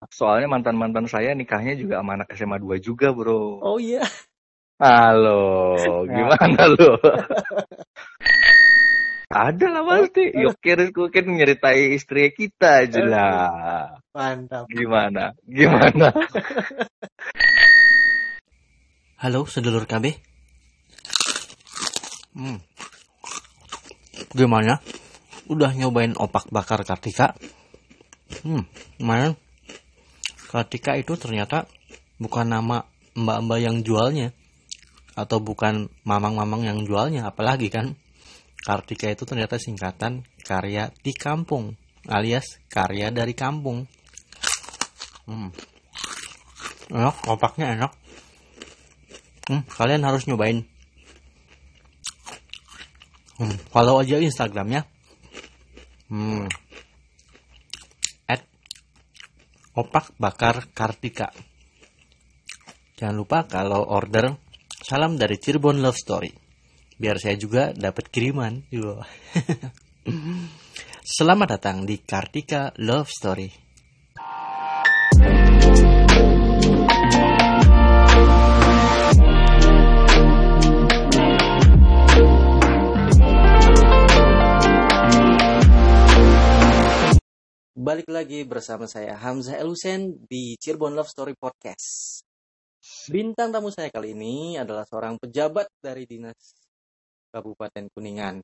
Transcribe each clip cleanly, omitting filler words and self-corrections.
Soalnya mantan-mantan saya nikahnya juga sama anak SMA 2 juga, Bro. Oh iya. Halo, gimana lu? Ada lah pasti. Yuk kira nyeritai istri kita aja lah. Mantap. Gimana? Halo sedulur KB. Gimana? Udah nyobain opak bakar Kartika? Kemarin Kartika itu ternyata bukan nama mbak-mbak yang jualnya, atau bukan mamang-mamang yang jualnya, apalagi kan Kartika itu ternyata singkatan karya di kampung, alias karya dari kampung. Enak, opaknya enak. Kalian harus nyobain. Follow aja Instagramnya. @opak bakar Kartika. Jangan lupa kalau order, salam dari Cirebon Love Story. Biar saya juga dapat kiriman. Selamat datang di Kartika Love Story. Balik lagi bersama saya Hamzah Elusen di Cirebon Love Story Podcast. Bintang tamu saya kali ini adalah seorang pejabat dari Dinas Kabupaten Kuningan.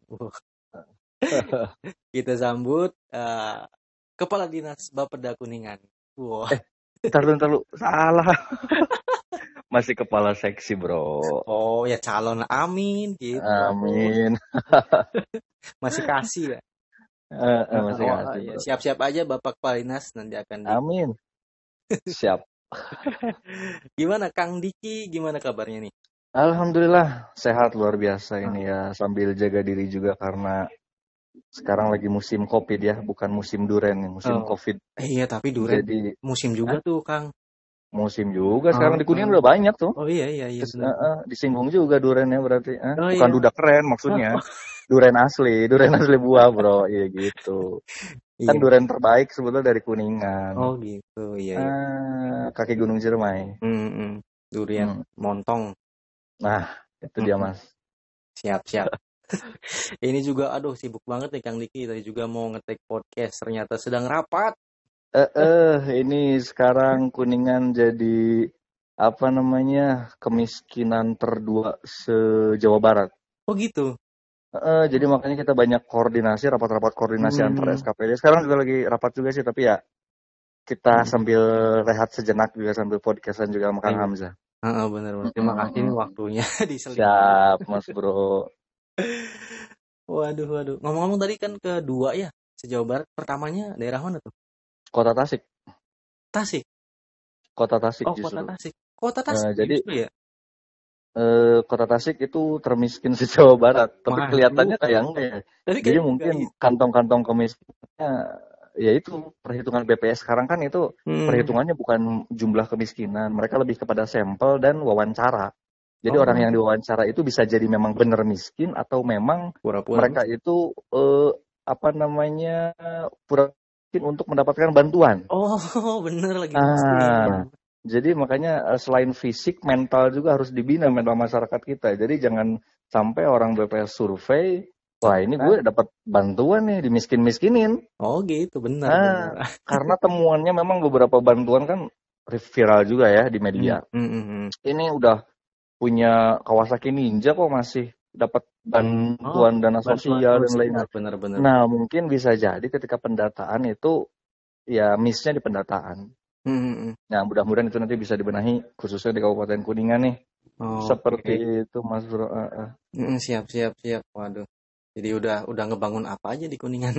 Kita sambut Kepala Dinas Bapeda Kuningan. Ntar lu salah. Masih kepala seksi, Bro. Oh ya, calon, amin gitu. Amin. Masih kasih ya. Masih kasih, Ya, Bro. siap-siap aja Bapak Kepala Dinas nanti akan Amin. Siap. Gimana Kang Diki, gimana kabarnya nih? Alhamdulillah sehat luar biasa ini ya, sambil jaga diri juga karena sekarang lagi musim Covid ya, bukan musim duren nih, musim Covid. Iya, tapi duren Jadi musim juga tuh, Kang. Musim juga sekarang di Kuningan udah banyak tuh. Oh iya Disinggung juga durennya berarti. Bukan iya. duda keren maksudnya. Duren asli buah, Bro. Iya gitu. Kan duren terbaik sebetulnya dari Kuningan. Oh gitu, iya. Kaki Gunung Ciremai. Durian montong. Nah, itu dia, Mas. Siap. Ini juga sibuk banget nih Kang Diki. Tadi juga mau ngetek podcast, ternyata sedang rapat. Ini sekarang Kuningan jadi kemiskinan terdua se-Jawa Barat. Oh gitu. Jadi makanya kita banyak rapat-rapat koordinasi antar SKPD. Sekarang juga lagi rapat juga sih, tapi ya kita sambil rehat sejenak juga, sambil podcastan juga sama Kang Hamzah. Benar. Terima kasih nih waktunya diseling. Siap, Mas Bro. Waduh. Ngomong-ngomong tadi kan kedua ya, se-Jawa Barat. Pertamanya daerah mana tuh? Kota Tasik. Kota Tasik Oh, justru. Kota Tasik. Jadi justru ya? Kota Tasik itu termiskin di Jawa Barat, tapi kelihatannya kayak enggak ya. Jadi mungkin kantong-kantong kemiskinannya, ya itu perhitungan BPS sekarang kan itu perhitungannya bukan jumlah kemiskinan, mereka lebih kepada sampel dan wawancara. Jadi orang yang diwawancara itu bisa jadi memang benar miskin atau memang pura-pura mereka itu pura miskin untuk mendapatkan bantuan. Oh, bener lagi. Jadi makanya selain fisik, mental juga harus dibina, mental masyarakat kita. Jadi jangan sampai orang BPS survei, wah ini gue dapat bantuan nih, dimiskin-miskinin. Oh gitu, benar. Karena temuannya memang beberapa bantuan kan viral juga ya di media. Ini udah punya Kawasaki Ninja kok masih dapat bantuan dana sosial dan lain-lain. Benar. Nah mungkin bisa jadi ketika pendataan itu ya miss-nya di pendataan. Nah mudah-mudahan itu nanti bisa dibenahi khususnya di Kabupaten Kuningan nih. Seperti itu Mas Bro. Siap. Waduh. Jadi udah ngebangun apa aja di Kuningan?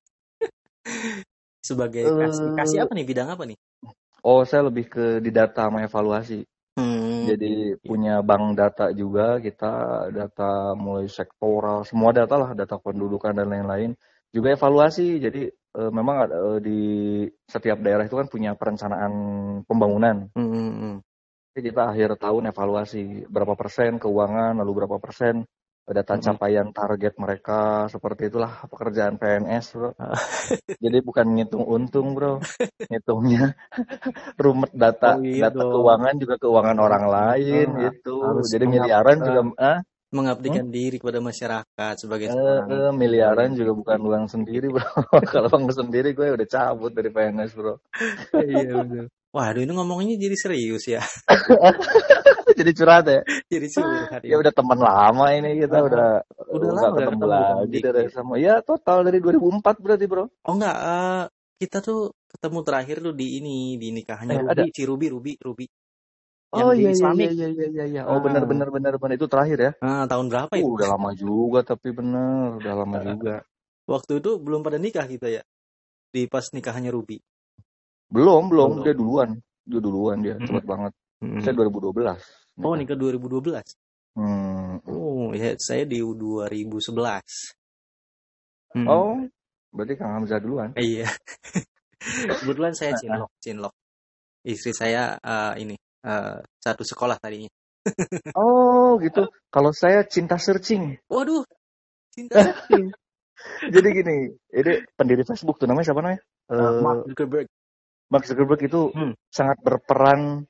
Sebagai kasih apa nih, bidang apa nih? Oh, saya lebih ke di data sama evaluasi. Jadi punya bank data juga kita, data mulai sektoral, semua data lah, data pendudukan dan lain-lain. Juga evaluasi, jadi memang di setiap daerah itu kan punya perencanaan pembangunan. Jadi kita akhir tahun evaluasi berapa persen keuangan, lalu berapa persen data capaian target mereka, seperti itulah pekerjaan PNS, bro. Jadi bukan ngitung untung, bro, ngitungnya rumet data keuangan juga keuangan orang lain gitu. Jadi miliaran juga mengabdikan diri kepada masyarakat sebagai miliaran juga bukan uang sendiri, bro. Kalau uang sendiri gue udah cabut dari PNS, bro. Iya betul. Waduh, ini ngomongnya jadi serius ya. Jadi curhat ya. Jadi curhat ya. Udah teman lama ini kita udah lama ketemu lagi dari sama. Ya total dari 2004 berarti, bro. Oh enggak, kita tuh ketemu terakhir tuh di nikahannya Ruby. Oh iya. Oh benar itu terakhir ya. Tahun berapa itu? Udah lama juga tapi udah lama juga. Waktu itu belum pada nikah kita ya. Di pas nikahannya Ruby. Belum, dia duluan dia, cepet banget. Saya 2012. Oh, nikah 2012. Oh, ya saya di 2011. Oh, berarti Kang Hamzah duluan. Iya. Kebetulan saya cinlok. Istri saya satu sekolah tadinya. Oh, gitu. Kalau saya cinta searching. Waduh, cinta searching. Jadi gini, ini pendiri Facebook tuh namanya siapa namanya? Mark Zuckerberg itu sangat berperan.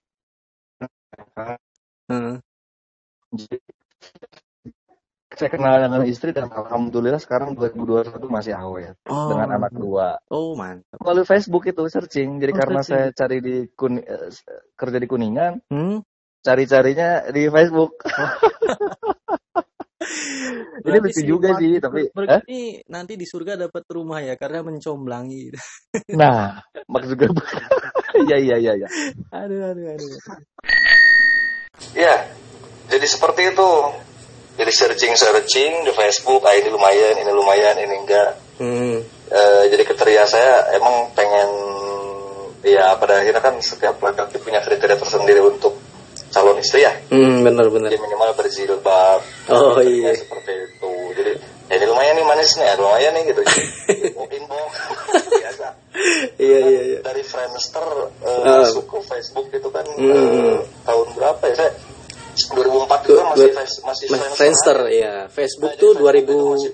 Jadi, saya kenal dengan istri dan alhamdulillah sekarang 2021 masih awet dengan anak 2. Oh mantap. Melalui Facebook itu searching. Jadi karena saya cari kerja di Kuningan, cari-carinya di Facebook. Ini lucu juga sih, tapi ini nanti di surga dapat rumah ya karena mencomblangi. Nah, maksud gue iya. Aduh. Ya, jadi seperti itu. Jadi searching di Facebook, ini lumayan, ini enggak. Jadi kriteria saya emang pengen, ya pada akhirnya kan setiap laki-laki punya kriteria tersendiri untuk calon istri ya. Benar. Jadi minimal berjilbab. Oh iya. Seperti itu. Jadi ini lumayan nih manis nih, lumayan nih gitu. Inbox biasa. Iya. Dari Friendster masuk ke Facebook itu kan tahun berapa ya? Saya 2004 itu kan masih Friendster ya. Facebook tuh 2005.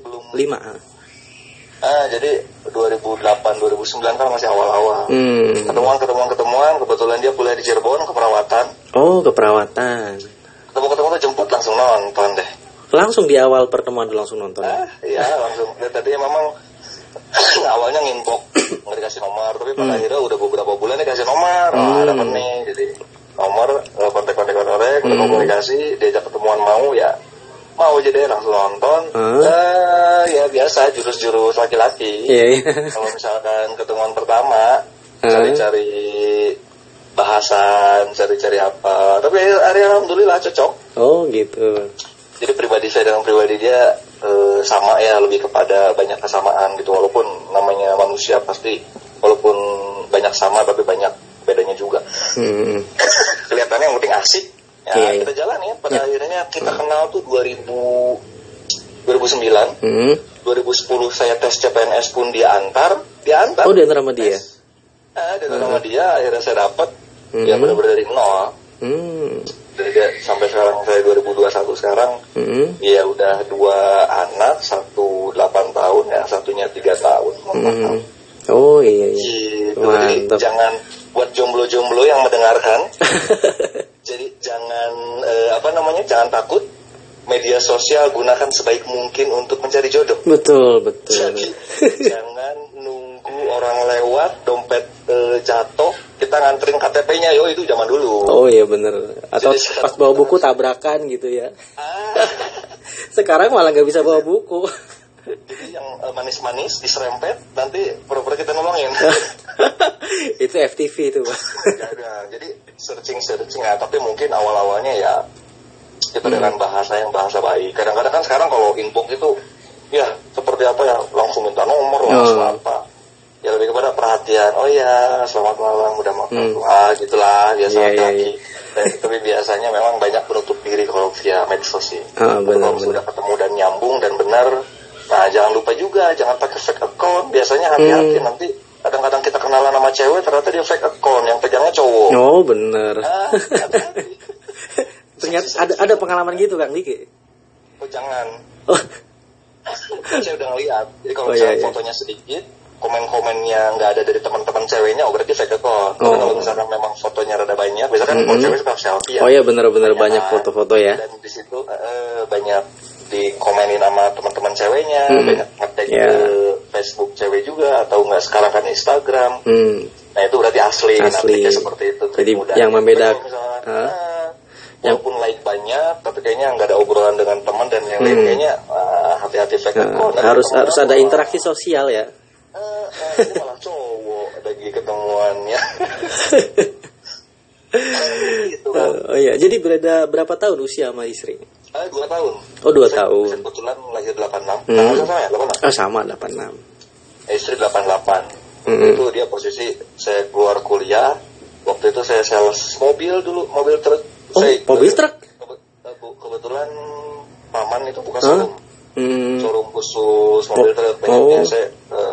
Jadi 2008 2009 kan masih awal-awal. Ketemuan, kebetulan dia kuliah di Cirebon keperawatan. Oh, keperawatan. Ketemu tuh jemput langsung nonton deh. Langsung di awal pertemuan langsung nonton. Iya, langsung. Tadi memang awalnya nginbox nggak dikasih nomor, tapi pada akhirnya udah beberapa bulan dikasih nomor. Ada nih, jadi nomor kontak-kontak udah komunikasi, diajak ketemuan mau jadi langsung nonton. Ya biasa jurus-jurus laki-laki. Kalau misalkan ketemuan pertama cari-cari bahasan, cari-cari apa, tapi alhamdulillah cocok. Oh gitu. Jadi pribadi saya dengan pribadi dia sama ya, lebih kepada banyak kesamaan gitu, walaupun namanya manusia pasti walaupun banyak sama tapi banyak bedanya juga. Kelihatannya yang penting asik ya, kita jalan ya. Pada akhirnya kita kenal tuh 2009. 2010 saya tes CPNS pun dia antar. Oh, diantar sama dia. Diantar sama dia, akhirnya saya dapat. Ya benar-benar dari nol. Dari dia sampai sekarang, saya 2021 sekarang. Ya udah 2 anak, 1 8 tahun, yang satunya 3 tahun. Oh iya. Gitu. Jadi jangan buat jomblo-jomblo yang mendengarkan. Jadi jangan jangan takut. Media sosial gunakan sebaik mungkin untuk mencari jodoh. Betul. Jadi jangan nunggu orang lewat, dompet jatuh, kita nganterin KTP-nya, itu zaman dulu. Oh iya bener. Atau jadi, pas bawa buku tabrakan gitu ya. Sekarang malah nggak bisa bawa buku. Jadi yang manis-manis diserempet, nanti pura-pura kita nolongin. Itu FTV itu, Pak. Jadi searching ya, tapi mungkin awal-awalnya ya kita dengan bahasa baik. Kadang-kadang kan sekarang kalau inbox itu ya seperti apa ya, langsung minta nomor, langsung apa. Ya lebih kepada perhatian. Oh ya, selamat malam, udah makan. Gitulah biasa laki. Tapi biasanya memang banyak penutup diri kalau via medsos sih. Kalau sudah ketemu dan nyambung dan benar. Nah, jangan lupa juga, jangan pakai fake account. Biasanya hati-hati, nanti kadang-kadang kita kenalan sama cewek, ternyata dia fake account, yang pegangnya cowok. Oh, bener. Ternyata ada pengalaman gitu, Kang Diki? Oh, jangan. Saya udah ngeliat. Jadi kalau misalnya fotonya sedikit, komen-komennya nggak ada dari teman-teman ceweknya, berarti fake account. Kalau misalkan memang fotonya rada banyak, biasanya kan kalau cewek suka selfie ya. Oh iya, benar-benar banyak foto-foto ya. Dan di situ banyak dikomenin sama teman-teman ceweknya, banyak nge-tag ke Facebook cewek juga, atau nggak sekarang kan Instagram. Nah itu berarti asli. Nanti seperti itu. Jadi yang membedakan. Walaupun like banyak, tapi kayaknya nggak ada obrolan dengan teman dan yang lain kayaknya hati-hati fake account. Harus ada interaksi sosial ya. Ini malah cowok lagi ketemuannya. Gitu, kan. Oh iya, jadi beda berapa tahun usia sama istri? 2 tahun. Oh 2 tahun. Saya kebetulan lahir 86. Sama ya 86. Oh sama 86. Istri 88. Itu dia posisi saya keluar kuliah. Waktu itu saya sales mobil dulu, mobil truk. Mobil truk? Kebetulan paman itu bukan showroom. Showroom khusus mobil truk. Banyaknya saya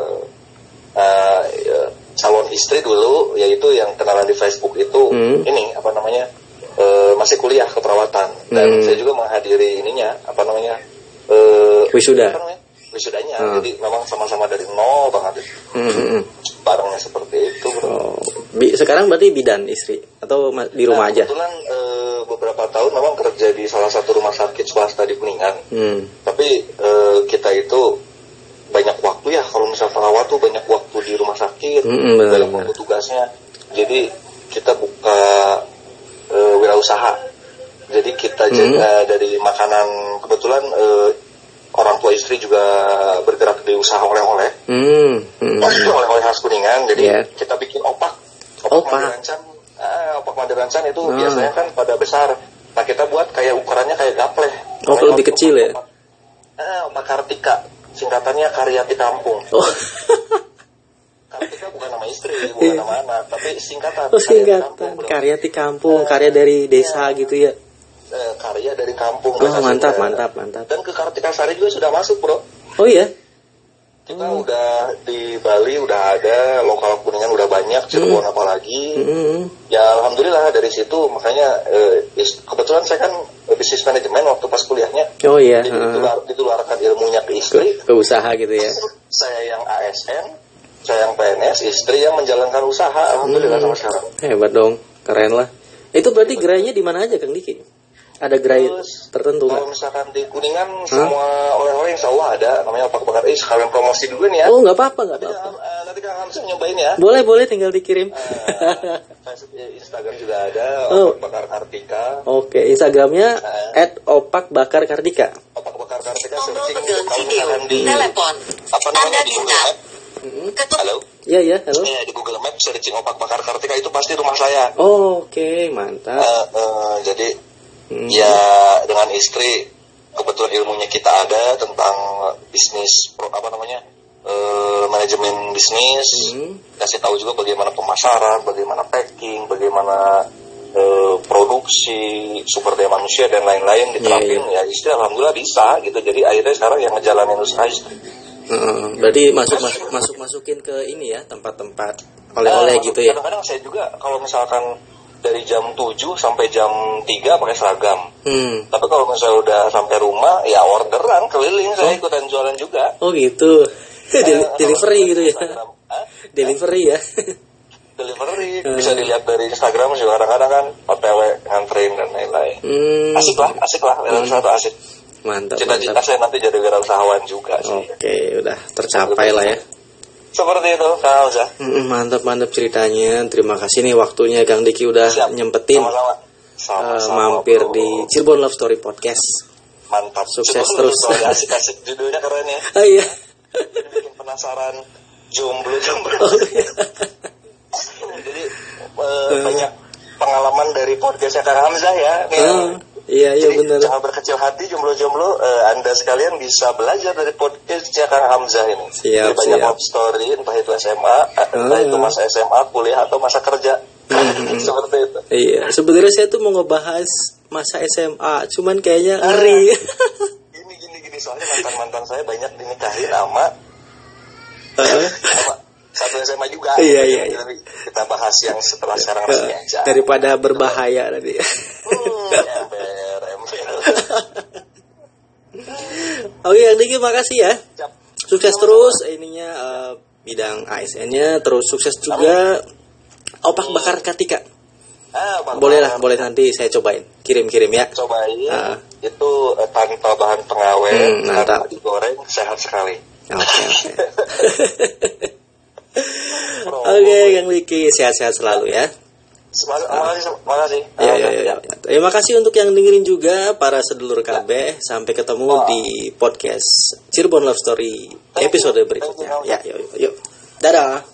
calon istri dulu, yaitu yang kenalan di Facebook itu ini apa namanya masih kuliah keperawatan, dan saya juga menghadiri ininya apa namanya wisuda. Wisudanya. Jadi memang sama-sama dari nol banget. Barangnya seperti itu, bro. Sekarang berarti bidan istri atau di rumah aja? Kebetulan beberapa tahun memang kerja di salah satu rumah sakit swasta di Kuningan. Tapi kita itu banyak waktu ya, kalau misal perawat tuh banyak waktu di rumah sakit, banyak waktu tugasnya. Jadi kita buka wirausaha. Jadi kita jaga dari makanan, kebetulan orang tua istri juga bergerak di usaha oleh-oleh. Oleh-oleh khas Kuningan. Jadi kita bikin opak madu rancan itu biasanya kan pada besar. Nah kita buat kayak ukurannya kayak gapleh. Lebih kecil ya? Opak Kartika, singkatannya Karyati Kampung. Kartika bukan nama istri, bukan nama anak, tapi singkatan. Singkatan Karyati Kampung, karya dari desa gitu ya? Karya dari kampung. Mantap. Dan ke Kartika Sari juga sudah masuk, bro. Oh iya? Kita udah di Bali udah ada, lokal Kuningan udah banyak, Cirebon apalagi. Ya alhamdulillah dari situ, makanya kebetulan saya kan bisnis manajemen waktu pas kuliahnya. Oh iya. Jadi ditularkan ilmunya ke istri. Ke usaha gitu ya? Saya yang ASN, saya yang PNS, istri yang menjalankan usaha. Alhamdulillah sama sekarang. Hebat dong, keren lah. Itu berarti gerainya di mana aja Kang Diki? Ada gerai tertentu nggak? Kalau misalkan di Kuningan semua oleh-oleh insya Allah ada, namanya opak bakar. Sekalian promosi dulu nih ya. Oh nggak apa-apa. Nanti Kang Hamzah nyobain ya. Boleh tinggal dikirim. Instagram juga ada, opak bakar Kartika. Oke, Instagramnya @opakbakarkartika. Opak bakar Kartika searching kalau misalkan di telepon. Apa namanya di Google Map? Halo? Iya, halo. Di Google Map searching opak bakar Kartika itu pasti rumah saya. Oke, mantap. Jadi ya dengan istri kebetulan ilmunya kita ada tentang bisnis manajemen bisnis, kasih tahu juga bagaimana pemasaran, bagaimana packing, bagaimana produksi, sumber daya manusia dan lain-lain diterapin. Ya istri alhamdulillah bisa gitu, jadi akhirnya sekarang yang ngejalanin usaha istri. Berarti masukin ke ini ya, tempat-tempat oleh-oleh gitu ya. Kadang-kadang saya juga kalau misalkan dari jam 7 sampai jam 3 pakai seragam. Tapi kalau misalnya udah sampai rumah, ya orderan keliling, saya ikutan jualan juga. Oh gitu. Delivery gitu ya. Delivery ya. Delivery. Bisa dilihat dari Instagram juga kadang-kadang kan, OTW, nganterin dan lain-lain. Asik lah. Satu asik. Mantap. Cita-cita saya nanti jadi wirausahawan juga sih. Oke, udah tercapai lah ya. Seperti itu, Kang Hamzah. Mantap ceritanya. Terima kasih nih waktunya Kang Diki udah nyempetin mampir di Cirebon Love Story Podcast. Mantap. Sukses terus. Asik-asik judulnya keren ya. Iya. Bikin penasaran jomblo. Jadi banyak pengalaman dari podcastnya Kang Hamzah ya. Iya benar. Jangan berkecil hati jomblo-jomblo, Anda sekalian bisa belajar dari podcastnya Kang Hamzah ini. Siap. Banyak love story, entah itu SMA, entah itu masa SMA, kuliah atau masa kerja. Seperti itu. Iya, sebenarnya saya tuh mau ngebahas masa SMA, cuman kayaknya ngeri. Gini, soalnya mantan saya banyak dinikahin sama satu SMA juga. Iya. Jadi kita bahas yang setelah sekarang resmi aja. Daripada berbahaya tadi. Ember. Oke, Kang Diki, makasih ya. Sukses terus ininya bidang ASN-nya, terus sukses juga opak bakar Kartika. Boleh nanti saya cobain. Kirim ya. Cobain. Itu tanpa bahan pengawet, tanpa digoreng, sehat sekali. Oke. Oke, Kang Diki, sehat-sehat selalu ya. Makasih. Ya. Terima kasih untuk yang dengerin juga para sedulur KB. Sampai ketemu di podcast Cirebon Love Story episode berikutnya. Ya, yuk. Dadah.